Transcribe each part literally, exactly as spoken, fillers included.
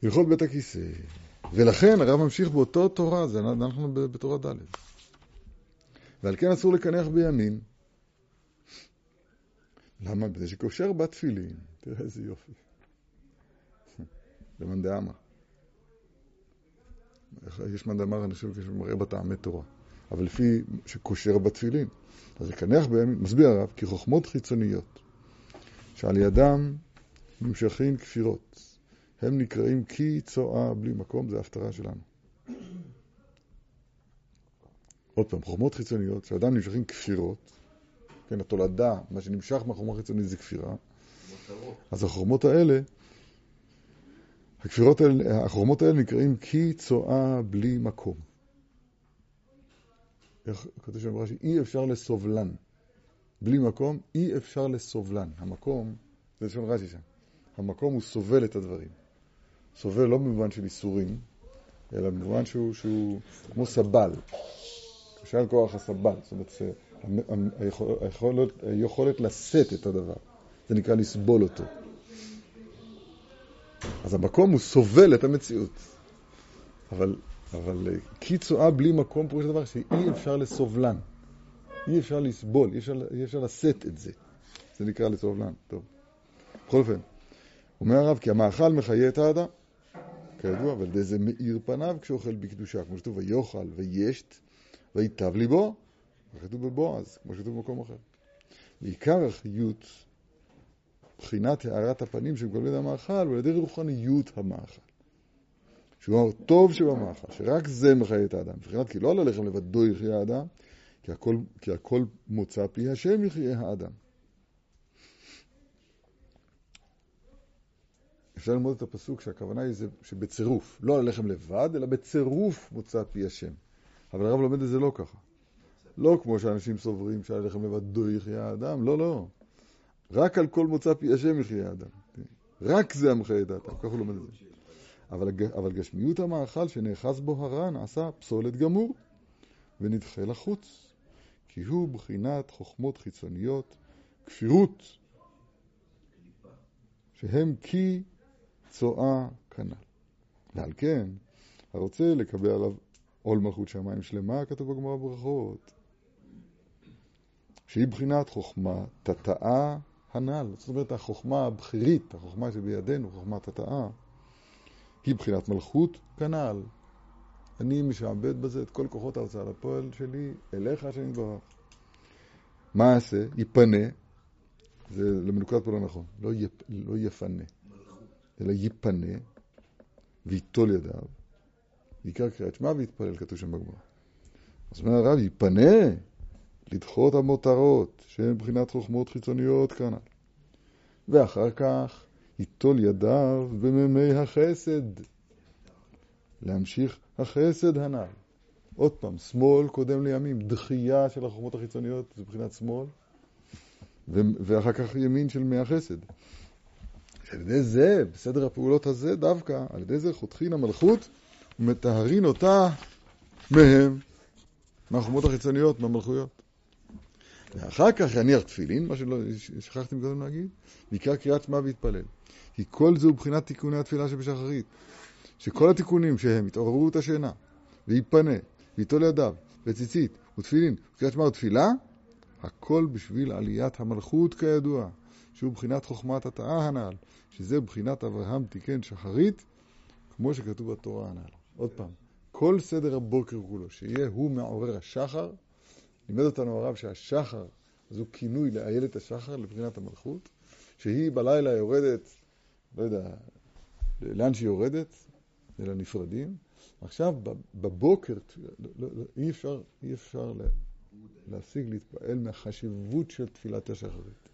הלכות בית הכיסא. ולכן הרב ממשיך באותו תורה, זה אנחנו בתורה ד'. ועל כן אסור לקנח בימין. למה? בזה שקושר בתפילין. תראה איזה יופי. למאן דאמר. יש מאן דאמר, אני חושב שמראה בטעמי תורה. אבל לפי שקושר בתפילין. אז לקנח בימין, מסביר הרב, כי חוכמות חיצוניות, שעל ידם נמשכים כפירות. הם נקראים כי צועה בלי מקום, זה ההפטרה שלנו. עוד פעם, חוכמות חיצוניות, שאדם נמשכים כפירות, כן, התולדה, מה שנמשך מהחוכמה חיצונית זה כפירה. אז החוכמות האלה, הכפירות האלה, החוכמות האלה נקראים כי צועה בלי מקום. איך כתוב שם ברש"י, אי אפשר לסובלן. בלי מקום, אי אפשר לסובלן. המקום, זה שם רש"י שם. המקום הוא סובל את הדברים. סובל לא במובן של איסורים, אלא במובן שהוא, שהוא כמו סבל. כשאל כוח הסבל. זאת אומרת, היכולת, היכולת לשאת את הדבר. זה נקרא לסבול אותו. אז המקום הוא סובל את המציאות. אבל, אבל כי צועה בלי מקום פירוש הדבר שאי אפשר לסובלן. אי אפשר לסבול, אי אפשר, אי אפשר לשאת את זה. זה נקרא לסובלן. טוב. בכל אופן, אומר הרב, כי המאכל מחיה את האדם, כידוע, אבל זה מאיר פניו כשאוכל בקדושה, כמו שכתוב, ויאכל וישת, ויטב ליבו, וכתוב בבועז, כמו שכתוב במקום אחר. בעיקר החיות, בחינת הערת הפנים שמקבלים את המאכל, ועל ידי רוחניות המאכל. שהוא אומר, טוב שבמאכל, שרק זה מחיה את האדם. בחינת כי לא על הלחם לבדו יחיה האדם, כי הכל, כי הכל מוצא פי השם יחיה האדם. אפשר ללמוד את הפסוק שהכוונה היא זה שבצירוף, לא על הלחם לבד, אלא בצירוף מוצא פי השם. אבל הרב לומד את זה לא ככה. לא כמו שאנשים סוברים שעל הלחם לבדו יחיה האדם, לא, לא. רק על כל מוצא פי השם יחיה האדם. רק זה המחיה את האדם, כך הוא לומד את זה. אבל, אבל גשמיות המאכל שנאחז בו הרע נעשה פסולת גמור ונדחה לחוץ. כי הוא בחינת חוכמות חיצוניות, כפירות, שהם כי צועה כנ"ל. ועל כן, הרוצה לקבל עליו עול מלכות שמיים שלמה, כתוב בגמרא ברכות, שהיא בחינת חוכמה תתאה הנ"ל. זאת אומרת, החוכמה הבחירית, החוכמה שבידינו, חוכמה תתאה, היא בחינת מלכות כנ"ל. אני משעבד בזה את כל כוחות ההוצאה לפועל שלי, אליך השם יתברך. מה אעשה? יפנה, זה למנוקד פה לא נכון, לא, יפ, לא יפנה, אלא יפנה, ויטול ידיו, ויקרא קריאת שמע ויתפלל, כתוב שם בגמרא. אז אומר הרב, יפנה, לדחות המותרות, שהן מבחינת חוכמות חיצוניות כנ"ל. ואחר כך, יטול ידיו בממי החסד, להמשיך החסד הנ"ל. עוד פעם, שמאל קודם לימים, דחייה של החוכמות החיצוניות, זה מבחינת שמאל, ואחר כך ימין של מי החסד. שעל ידי זה, בסדר הפעולות הזה דווקא, על ידי זה חותכין המלכות ומטהרין אותה מהם, מהחוכמות החיצוניות, מהמלכויות. ואחר כך יניח תפילין, מה שלא שכחתי מקודם להגיד, ויקרא קריאת שמע ויתפלל. כי כל זה הוא בחינת תיקוני התפילה שבשחרית. שכל התיקונים שהם התעוררו את השינה, ויפנה, ויטול ידיו, וציצית, ותפילין, וקריאת שמע ותפילה, הכל בשביל עליית המלכות כידוע, שהוא בחינת חוכמת התאה הנ"ל, שזה בחינת אברהם תיקן שחרית, כמו שכתוב בתורה הנ"ל. עוד פעם, כל סדר הבוקר כולו, שיהיה הוא מעורר השחר, לימד אותנו הרב שהשחר, זו כינוי לאיילת השחר, לבחינת המלכות, שהיא בלילה יורדת, לא יודע, לאן שהיא יורדת, אל הנפרדים. עכשיו, בבוקר, לא, לא, לא, אי אפשר, אי אפשר לה, להשיג, להתפעל מהחשיבות של תפילת השחרית.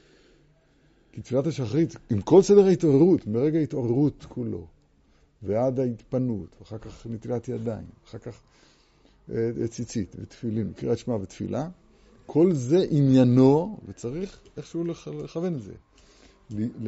כי תפילת השחרית, עם כל סדר ההתעוררות, מרגע ההתעוררות כולו, ועד ההתפנות, ואחר כך נטילת ידיים, אחר כך ציצית ותפילין, קריאת שמע ותפילה, כל זה עניינו, וצריך איכשהו לכוון את זה. ל... ל...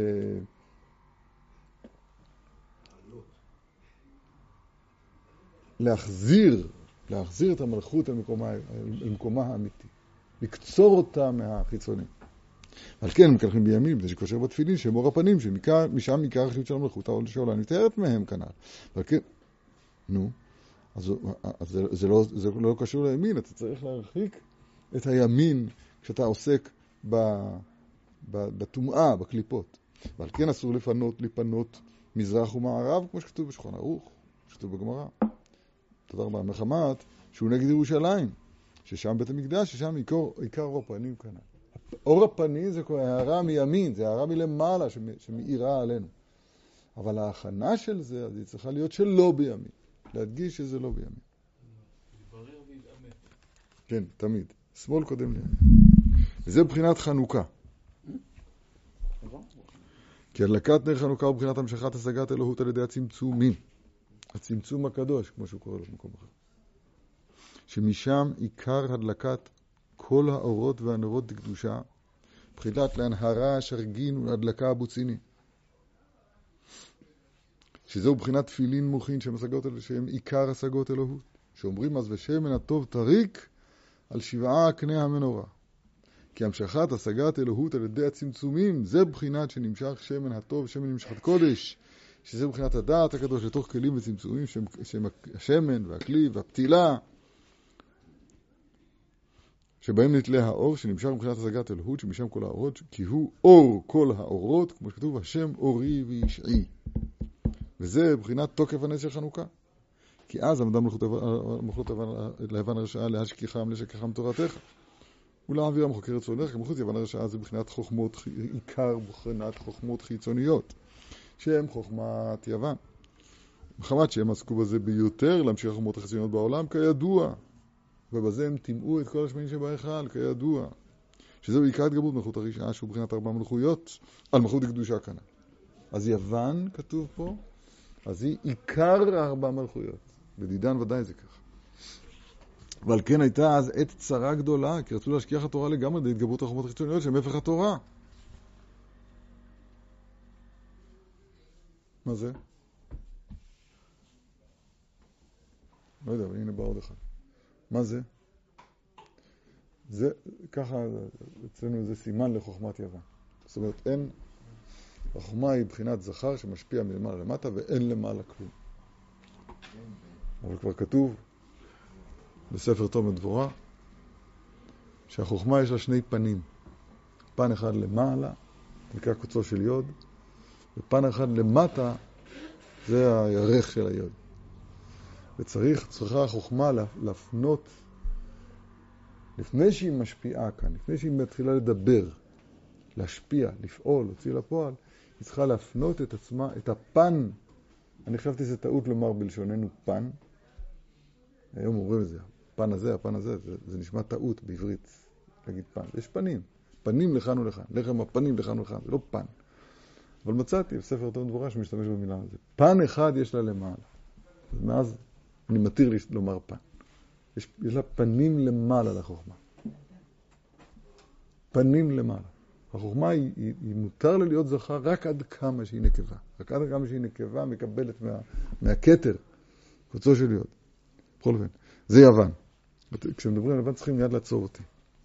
להחזיר, להחזיר את המלכות אל מקומה, אל מקומה האמיתי. לקצור אותה מהחיצונים. על כן הם מקלחים בימים, מפני שקושר בתפילין, שהם אור הפנים, שמשם עיקר החיות של המלכות, העול שעולה נתארת מהם כנ"ל. ועל כן, נו, אז, אז זה, זה, לא, זה לא קשור לימין, אתה צריך להרחיק את הימין כשאתה עוסק ב, ב, בתומעה, בקליפות. ועל כן אסור לפנות, לפנות מזרח ומערב, כמו שכתוב בשולחן ערוך, שכתוב בגמרא. תודה רבה, מחמת שהוא נגד ירושלים, ששם בית המקדש, ששם עיקר, עיקר אור הפנים כנ"ל. אור הפנים זה הערה מימין, זה הערה מלמעלה שמאירה עלינו. אבל ההכנה של זה, אז היא צריכה להיות שלא בימין. להדגיש שזה לא בימין. להתברר ולהתאמת. כן, תמיד. שמאל קודם לימין. וזה בחינת חנוכה. כי הדלקת נר חנוכה הוא בחינת המשכת השגת אלוהות על ידי הצמצומים. הצמצום הקדוש, כמו שהוא קורא לו במקום אחר. שמשם עיקר הדלקת כל האורות והנרות לקדושה, בחינת להנהרה, שרגין והדלקה הבוציני. שזהו בחינת תפילין מוחין שהם השגות, שהם עיקר השגות אלוהות. שאומרים אז ושמן הטוב תריק על שבעה קנה המנורה. כי המשכת השגת אלוהות על ידי הצמצומים, זה בחינת שנמשך שמן הטוב, שמן נמשכת קודש, שזה בחינת הדעת הקדוש לתוך כלים וצמצומים, שהם, שהם השמן והכלי והפתילה, שבהם נתלה האור, שנמשך מבחינת השגת אלוהות, שמשם כל האורות, כי הוא אור כל האורות, כמו שכתוב, השם אורי וישעי. וזה בחינת תוקף הנס של חנוכה. כי אז עמדה מלכות לבן הרשעה להשכיחם, לשכחם תורתך. ולהעביר המחוקר רצונך, כי מלכות לבן הרשעה זה בחינת חוכמות, עיקר בחינת חוכמות חיצוניות, שהם חוכמת יוון. מחמת שהם עסקו בזה ביותר, להמשיך החוכמות החיצוניות בעולם, כידוע. ובזה הם תימאו את כל השמנים שבהיכל, כידוע. שזהו עיקר התגברות מלכות הרשעה, שהוא בחינת ארבע מלכויות, על מלכות הקדושה כאן. אז יוון כתוב פה, אז היא עיקר ארבע מלכויות. בדידן ודאי זה כך. ועל כן הייתה אז עת צרה גדולה, כי רצו להשכיח התורה לגמרי די התגברות החוכמות החיצוניות שהם הפך התורה. מה זה? לא יודע, אבל הנה בא עוד אחד. מה זה? זה, ככה, אצלנו זה סימן לחוכמת יוון. זאת אומרת, אין, החוכמה היא בחינת זכר שמשפיע מלמעלה למטה ואין למעלה כלום. אבל כבר כתוב בספר תום דבורה שהחוכמה יש לה שני פנים. פן אחד למעלה, נקרא קוצו של יוד, ופן אחד למטה, זה הירך של היוד. וצריך, צריכה החוכמה להפנות, לפני שהיא משפיעה כאן, לפני שהיא מתחילה לדבר, להשפיע, לפעול, להוציא לפועל, היא צריכה להפנות את עצמה, את הפן, אני חשבתי שזה טעות לומר בלשוננו פן, היום אומרים את זה, הפן הזה, הפן הזה, זה, זה נשמע טעות בעברית, להגיד פן, יש פנים, פנים לכאן ולכאן, לחם הפנים לכאן ולכאן, זה לא פן, אבל מצאתי בספר תום דבורה שמשתמש במילה הזה, פן אחד יש לה למעלה, אז מאז אני מתיר לי לומר פן, יש, יש לה פנים למעלה לחוכמה, פנים למעלה, החוכמה היא, היא, היא מותר לה להיות זכר רק עד כמה שהיא נקבה, רק עד כמה שהיא נקבה מקבלת מה, מהכתר, קוצו של יוד. בכל אופן, זה יוון. כשמדברים על יוון צריכים מיד לעצור אותי.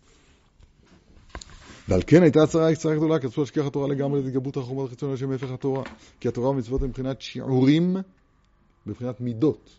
ועל כן הייתה הצרה הצרה גדולה, כי רצו להשכיח התורה לגמרי להתגברות החוכמות החיצוניות שהם הפך התורה. כי התורה ומצוות הם מבחינת שיעורים, מבחינת מידות.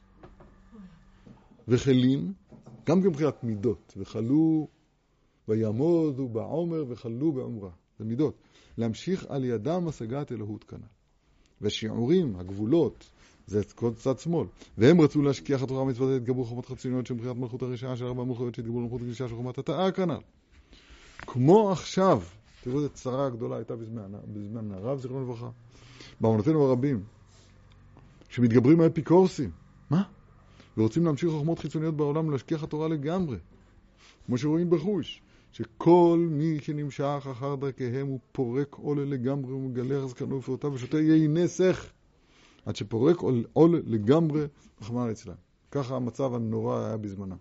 וכלים, גם מבחינת מידות. וחלו ויעמודו בעומר וחלו בעומרה. זה מידות. להמשיך על ידם השגת אלוהות כנ"ל. והשיעורים, הגבולות, זה כל צד שמאל. והם רצו להשכיח התורה ומצוות להתגברות חוכמות חיצוניות שהם מבחינת מלכות הרשעה של ארבע מלכויות שהתגברו למלכות הקדושה של חוכמת התורה כנ"ל. כמו עכשיו, תראו איזו צרה גדולה הייתה בזמן, בזמן הרב זיכרונו לברכה, באמונתנו הרבים, שמתגברים האפיקורסים. מה? ורוצים להמשיך חוכמות חיצוניות בעולם ולהשכיח התורה לגמרי. כמו שרואים בחוש, שכל מי שנמשך אחר דרכיהם הוא פורק עול לגמרי ומגלה זקנו ופרטיו ושותה יין נסך, עד שפורק עול, עול לגמרי רחמנא ליצלן. ככה המצב הנורא היה בזמנה.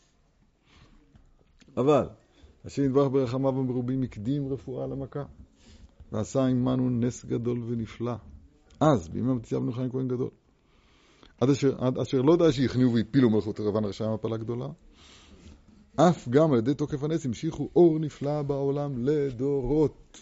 אבל השם יתברך ברחמיו המרובים הקדים רפואה למכה, ועשה עמנו נס גדול ונפלא. אז, בימי מתתיהו בן חיים כהן גדול. עד אשר, עד אשר לא יודע שיכניעו והפילו מלכות יוון רשעה מפלה גדולה, אף גם על ידי תוקף הנס המשיכו אור נפלא בעולם לדורות.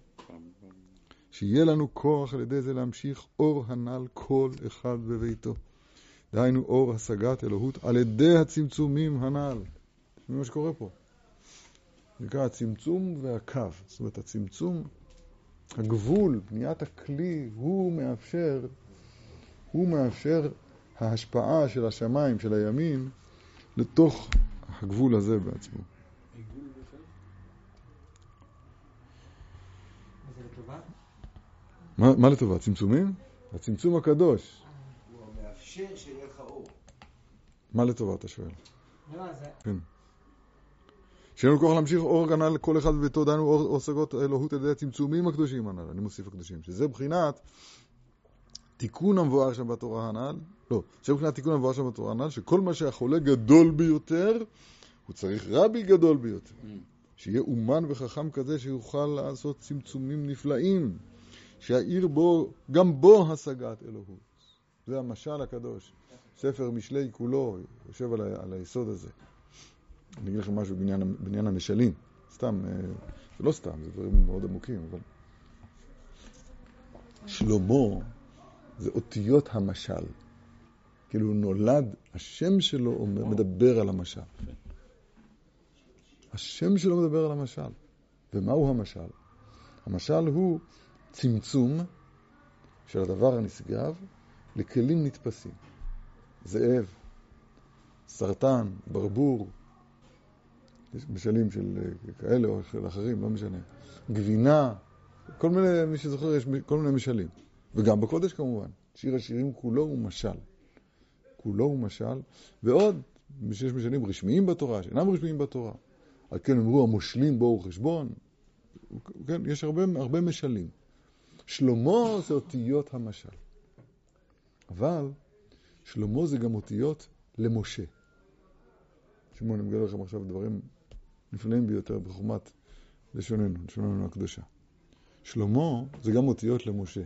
שיהיה לנו כוח על ידי זה להמשיך אור הנ"ל כל אחד בביתו. דהיינו אור השגת אלוהות על ידי הצמצומים הנ"ל. זה מה שקורה פה. זה נקרא הצמצום והקו. זאת אומרת, הצמצום, הגבול, בניית הכלי, הוא מאפשר, הוא מאפשר ההשפעה של השמיים, של הימין, לתוך הגבול הזה בעצמו. עיגול בכלל? וזה לטובה? מה, מה לטובה? צמצומים? הצמצום הקדוש. הוא מאפשר שיהיה לך אור. מה לטובה, אתה שואל? לא, זה... כן. שיהיה לנו כוח להמשיך אור גנל לכל אחד בביתו, דהיינו אור השגות אלוהות על ידי הצמצומים הקדושים הנ"ל, אני מוסיף הקדושים, שזה בחינת תיקון המבואר שם בתורה הנ"ל, לא, שזה בחינת תיקון המבואר שם בתורה הנ"ל, שכל מה שהחולה גדול ביותר, הוא צריך רבי גדול ביותר. שיהיה אומן וחכם כזה שיוכל לעשות צמצומים נפלאים, שיעיר בו, גם בו השגת אלוהות. זה המשל הקדוש. ספר משלי כולו יושב על, ה, על היסוד הזה. אני אגיד לכם משהו בעניין, בעניין המשלים. סתם, זה לא סתם, זה דברים מאוד עמוקים, אבל... שלמה זה אותיות המשל. כאילו נולד, השם שלו מדבר על המשל. השם שלו מדבר על המשל. ומהו המשל? המשל הוא צמצום של הדבר הנשגב לכלים נתפסים. זאב, סרטן, ברבור, יש משלים של כאלה או של אחרים, לא משנה. גבינה, כל מיני, מי שזוכר, יש כל מיני משלים. וגם בקודש כמובן. שיר השירים כולו הוא משל. כולו הוא משל. ועוד, שיש משלים רשמיים בתורה, שאינם רשמיים בתורה. על כן אמרו, המושלים בואו חשבון. כן, יש הרבה, הרבה משלים. שלמה זה אותיות המשל. אבל שלמה זה גם אותיות למשה. שמעון, אני מגלה לכם עכשיו דברים נפלאים ביותר בחוכמת לשוננו, לשוננו הקדושה. שלמה זה גם אותיות למשה.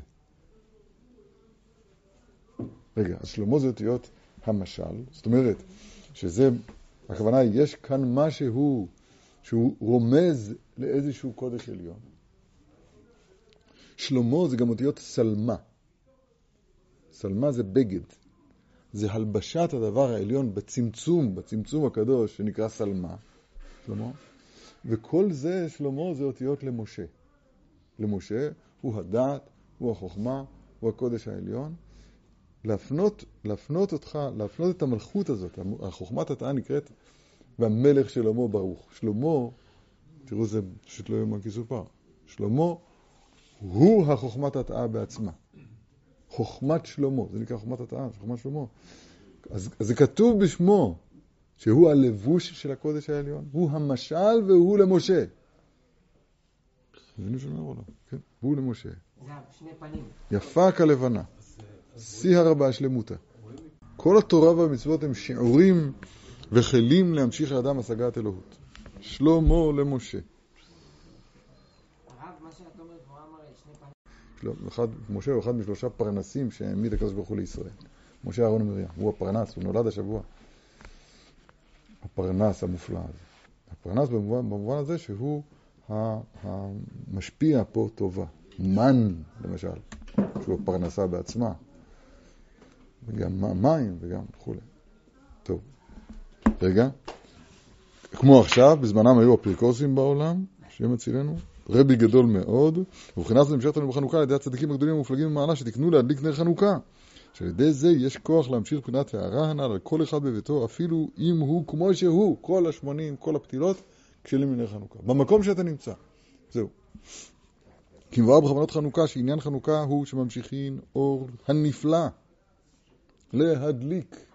רגע, אז שלמה זה אותיות המשל. זאת אומרת, שזה, הכוונה היא, יש כאן משהו שהוא רומז לאיזשהו קודש עליון. שלמה זה גם אותיות סלמה. סלמה זה בגד. זה הלבשת הדבר העליון בצמצום, בצמצום הקדוש שנקרא סלמה. שלמה. וכל זה, שלמה, זה אותיות למשה. למשה הוא הדעת, הוא החוכמה, הוא הקודש העליון. להפנות, להפנות אותך, להפנות את המלכות הזאת, החוכמת התאה נקראת, והמלך שלמה ברוך. שלמה, תראו זה פשוט לא יאומן כי יסופר. שלמה הוא החוכמת התאה בעצמה. חוכמת שלמה, זה נקרא חוכמת התאה, חוכמת שלמה. אז, אז זה כתוב בשמו, שהוא הלבוש של הקודש העליון, הוא המשל והוא למשה. זה נשמע עולה, כן? הוא למשה. זה שני פנים. יפה כלבנה, שיא הרבה שלמותה. כל התורה והמצוות הם שיעורים וכלים להמשיך האדם השגת אלוהות. שלמה למשה. הרב, מה שאת אומרת, הוא אמר שני פנים. לא, אחד, משה הוא אחד משלושה פרנסים שהעמיד הקדוש ברוך הוא לישראל. משה אהרון ומרים, הוא הפרנס, הוא נולד השבוע. הפרנס המופלא הזה. הפרנס במובן, במובן הזה שהוא המשפיע פה טובה. מן, למשל, שהוא הפרנסה בעצמה. וגם מים וגם וכו'. טוב. רגע. כמו עכשיו, בזמנם היו הפרקוסים בעולם, שהם מצילנו. רבי גדול מאוד, ובבחינת זה המשכת לנו בחנוכה על ידי הצדיקים הגדולים המופלגים במעלה שתקנו להדליק נר חנוכה. שעל ידי זה יש כוח להמשיך בחינת הערה הנ"ל על כל אחד בביתו, אפילו אם הוא כמו שהוא, כל השמונים, כל הפתילות, כשלים מנר חנוכה. במקום שאתה נמצא. זהו. כי מבואר בכוונות חנוכה, שעניין חנוכה הוא שממשיכין אור הנפלא להדליק.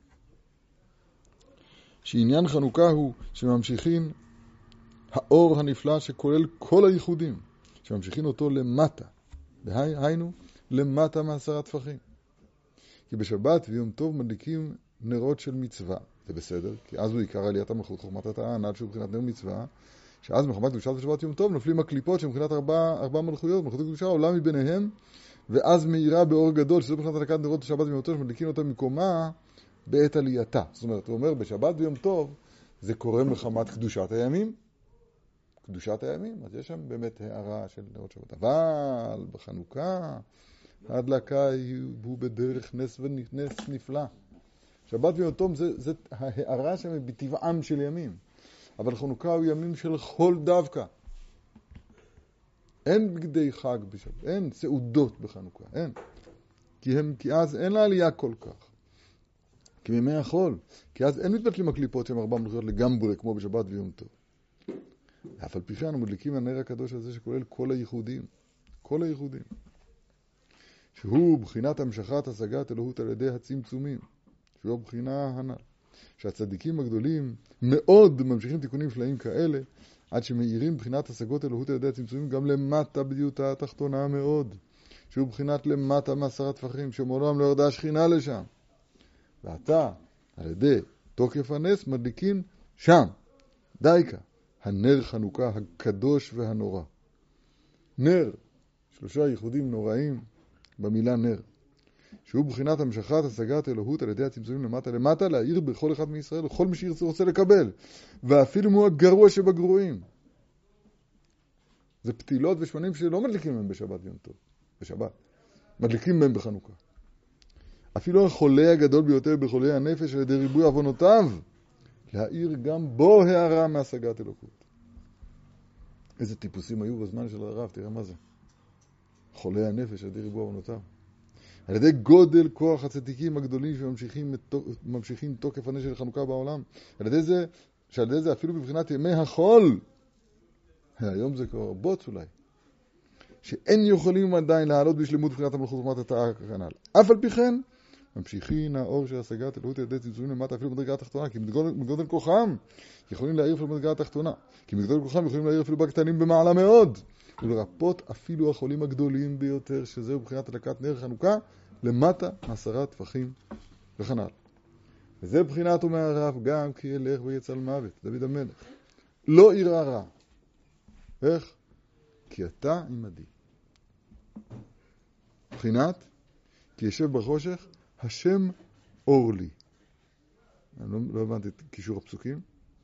שעניין חנוכה הוא שממשיכין האור הנפלא שכולל כל הייחודים, שממשיכין אותו למטה. היינו, למטה מעשרה טפחים. כי בשבת ויום טוב מדליקים נרות של מצווה. זה בסדר, כי אז הוא עיקר עליית המלכות, חוכמת התאה, הנ"ל שהוא מבחינת נר מצווה, שאז מחמת קדושת בשבת יום טוב נופלים הקליפות שמבחינת ארבע, ארבע מלכויות, מלכות הקדושה עולה מביניהם, ואז מאירה באור גדול, שזו מבחינת הדלקת נרות בשבת ויום טוב, שמדליקים אותה מקומה בעת עלייתה. זאת אומרת, הוא אומר, בשבת ויום טוב זה קורה מחמת קדושת הימים. קדושת הימים, אז יש שם באמת הערה של נרות שבת. אבל בחנוכה, ההדלקה הוא בדרך נס ונס נפלא. שבת ויום טוב זה, זה ההערה שם בטבעם של ימים. אבל חנוכה הוא ימים של חול דווקא. אין בגדי חג בשבת, אין סעודות בחנוכה, אין. כי, הם, כי אז אין לה עלייה כל כך. כי מימי החול. כי אז אין מתבטלים הקליפות שהם ארבע מלכויות לגמרי כמו בשבת ויום טוב. אף על פי שאנו מדליקים הנר הקדוש הזה שכולל כל הייחודים. כל הייחודים. שהוא בחינת המשכת השגת אלוהות על ידי הצמצומים. שהוא הבחינה הנ"ל. שהצדיקים הגדולים מאוד ממשיכים תיקונים שלאים כאלה, עד שמאירים בחינת השגות אלוהות על ידי הצמצומים גם למטה בדיוטה התחתונה מאוד. שהוא בחינת למטה מעשרה טפחים, שמעולם לא ירדה השכינה לשם. ועתה, על ידי תוקף הנס, מדליקין שם, דייקה, הנר חנוכה הקדוש והנורא. נר, שלושה ייחודים נוראים במילה נר. שהוא בחינת המשכת השגת אלוהות על ידי הצמצומים למטה למטה, להעיר בכל אחד מישראל, וכל מי שירצה רוצה לקבל. ואפילו הוא הגרוע שבגרועים. זה פתילות ושמנים שלא מדליקים מהם בשבת ויום טוב. בשבת. מדליקים מהם בחנוכה. אפילו החולה הגדול ביותר בחולי הנפש על ידי ריבוי עוונותיו, להעיר גם בו הערה מהשגת אלוקות. איזה טיפוסים היו בזמן של הרב, תראה מה זה. חולי הנפש על ידי ריבוי עוונותיו. על ידי גודל כוח הצדיקים הגדולים שממשיכים ממשיכים תוקף הנס של חנוכה בעולם. על ידי זה, שעל ידי זה אפילו בבחינת ימי החול, היום זה כבר בוץ אולי, שאין יכולים עדיין לעלות בשלמות בחינת המלכות ומטה התאה כנ"ל. אף על פי כן, ממשיכים האור של השגת אלוהות על ידי צמצומים למטה אפילו במדרגה התחתונה, כי מגודל כוחם יכולים להעיר אפילו במדרגה התחתונה, כי מגודל כוחם יכולים להעיר אפילו בקטנים במעלה מאוד, ולרפות אפילו החולים הגדולים ביותר, שזהו בחינת הדלקת נר חנוכה, למטה מעשרה טפחים וכנ"ל. וזה בחינת אומר הרב, גם כי ילך ויצא למוות, דוד המלך. לא יראה רע. איך? כי אתה עמדי. בחינת, כי ישב בחושך, השם אור לי. אני לא, לא הבנתי את קישור הפסוקים.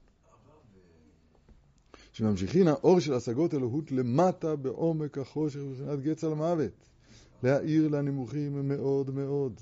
שממשיכין האור של השגות אלוהות למטה בעומק החושך ובחינת גץ על מוות. להעיר לנמוכים מאוד מאוד.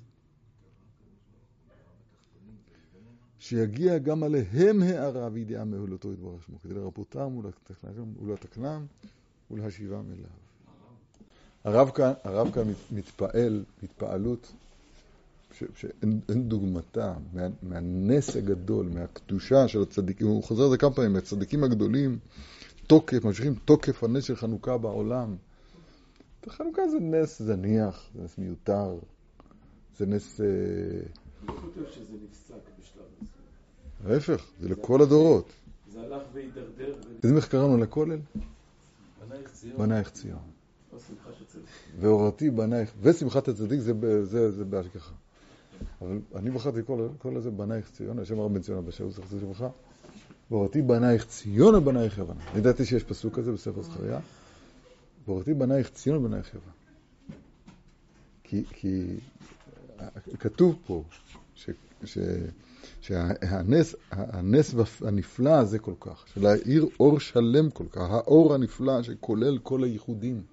שיגיע גם עליהם הערה וידיעה מהולתו יתברך שמו, כדי לרפותם ולתקנם ולהשיבם אליו. הרב כאן, הרב כאן מתפעל, מתפעלות, שאין דוגמתה, מה, מהנס הגדול, מהקדושה של הצדיקים, הוא חוזר על זה כמה פעמים, הצדיקים הגדולים, תוקף, ממשיכים תוקף הנס של חנוכה בעולם. חנוכה זה נס זניח, זה נס מיותר, זה נס... אני חושב שזה נפסק בשלב הזה. ההפך, זה לכל הדורות. זה הלך והידרדר. איזה איך קראנו לכולל? בנייך ציון. בנייך ציון. או שמחת הצדיק. והורתי בנייך, ושמחת הצדיק זה, זה, זה בהשגחה. אבל אני בחרתי כל, כל הזה בנייך ציון, השם הרב בן ציון הבא שאול זכר לברכה. והורתי בנייך ציון או בנייך יוון. אני ידעתי שיש פסוק כזה בספר זכריה. והורתי בנייך ציון או בנייך יוון. כי, כי כתוב פה ש, ש, שהנס, הנס הנפלא הזה כל כך, של העיר אור שלם כל כך, האור הנפלא שכולל כל הייחודים.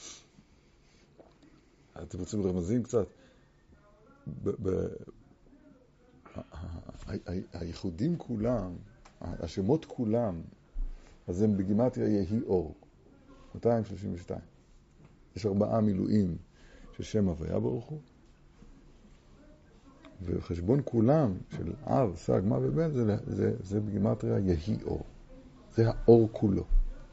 אתם רוצים רמזים קצת? ב- ב- הייחודים כולם, השמות כולם, אז הם בגימטריה יהי אור. מאתיים שלושים ושתיים. יש ארבעה מילואים של שם הוויה ברוך הוא. וחשבון כולם של אב, סג, מה ובן, זה, זה, זה בגימטריה יהי אור. זה האור כולו.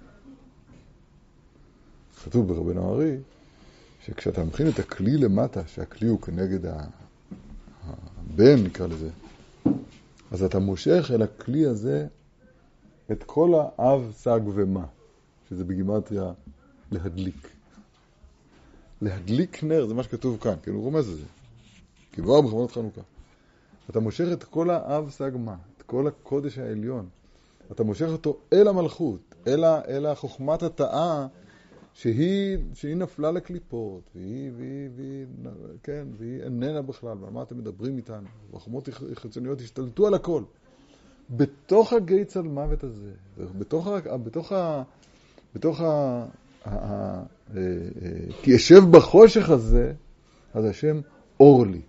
כתוב ברבנו הרי, שכשאתה מכין את הכלי למטה, שהכלי הוא כנגד הבן, נקרא לזה, אז אתה מושך אל הכלי הזה את כל האב, סג ומה, שזה בגימטריה להדליק. להדליק נר, זה מה שכתוב כאן, כן, הוא רומז את זה. כי כבר בכוונות חנוכה. אתה מושך את כל האב, סג, מה, את כל הקודש העליון. אתה מושך אותו אל המלכות, אל, אל החוכמת התאה, שהיא, שהיא נפלה לקליפות, והיא, והיא, והיא, כן, והיא איננה בכלל, ועל מה אתם מדברים איתנו? והחומות החיצוניות השתלטו על הכל. בתוך הגי צל מוות הזה, בתוך ה... בתוך ה... בתוך ה... ה... כי ישב בחושך הזה, אז השם אור לי.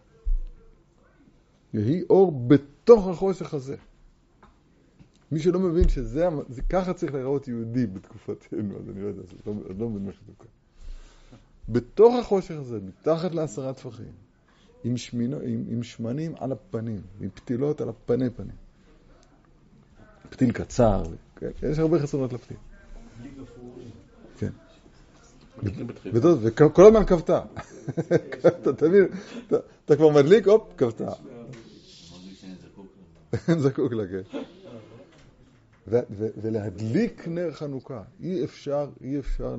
יהי אור בתוך החושך הזה. מי שלא מבין שזה, זה, ככה צריך להיראות יהודי בתקופתנו, אז אני לא יודע, אז לא, לא מבין מה שתוקע. בתוך החושך הזה, מתחת לעשרה טפחים, עם, שמינו, עם, עם שמנים על הפנים, עם פתילות על הפני פנים. פתיל קצר, כן? יש הרבה חסרונות לפתיל. בלי גפרורים. כן. וטוב, וכל הזמן כבתה. אתה תבין, אתה כבר מדליק, הופ, כבתה. זקוק לה, כן. ולהדליק נר חנוכה, אי אפשר, אי אפשר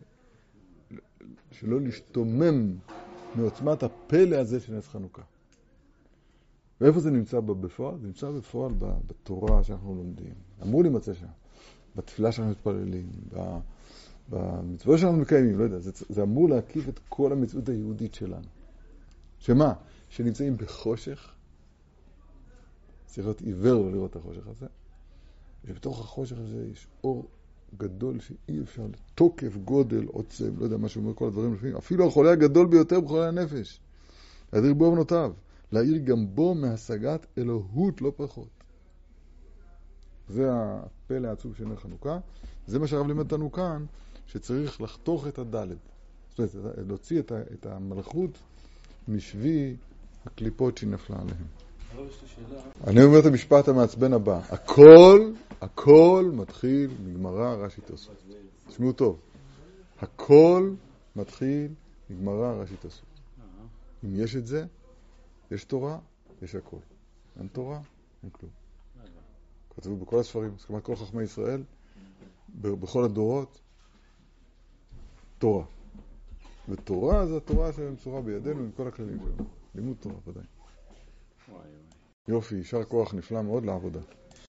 שלא להשתומם מעוצמת הפלא הזה של נס חנוכה. ואיפה זה נמצא בפועל? זה נמצא בפועל בתורה שאנחנו לומדים. אמור להימצא שם, בתפילה שאנחנו מתפללים, במצוות שאנחנו מקיימים, לא יודע, זה, זה אמור להקיף את כל המציאות היהודית שלנו. שמה? שנמצאים בחושך, צריך להיות עיוור לא לראות את החושך הזה, ובתוך החושך הזה יש אור גדול שאי אפשר, לתוקף, גודל, עוצם, לא יודע מה שאומר כל הדברים לפעמים, אפילו החולה הגדול ביותר בחולי הנפש, להדיר בו בנותיו, להעיר גם בו מהשגת אלוהות לא פחות. זה הפלא העצוב של נר חנוכה, זה מה שהרב לימד אותנו כאן, שצריך לחתוך את הדלת, זאת אומרת, להוציא את, את המלכות משבי הקליפות שנפלה עליהם. אני אומר את המשפט המעצבן הבא, הכל, הכל מתחיל מגמרא רש"י תוספות. תשמעו טוב, הכל מתחיל מגמרא רש"י תוספות. אם יש את זה, יש תורה, יש הכל. אין תורה, אין כלום. כתבו בכל הספרים, כמעט כל חכמי ישראל, בכל הדורות, תורה. ותורה זה התורה שמצורה בידינו עם כל הכללים שלנו. לימוד תורה, ודאי. יופי, יישר כוח נפלא מאוד לעבודה.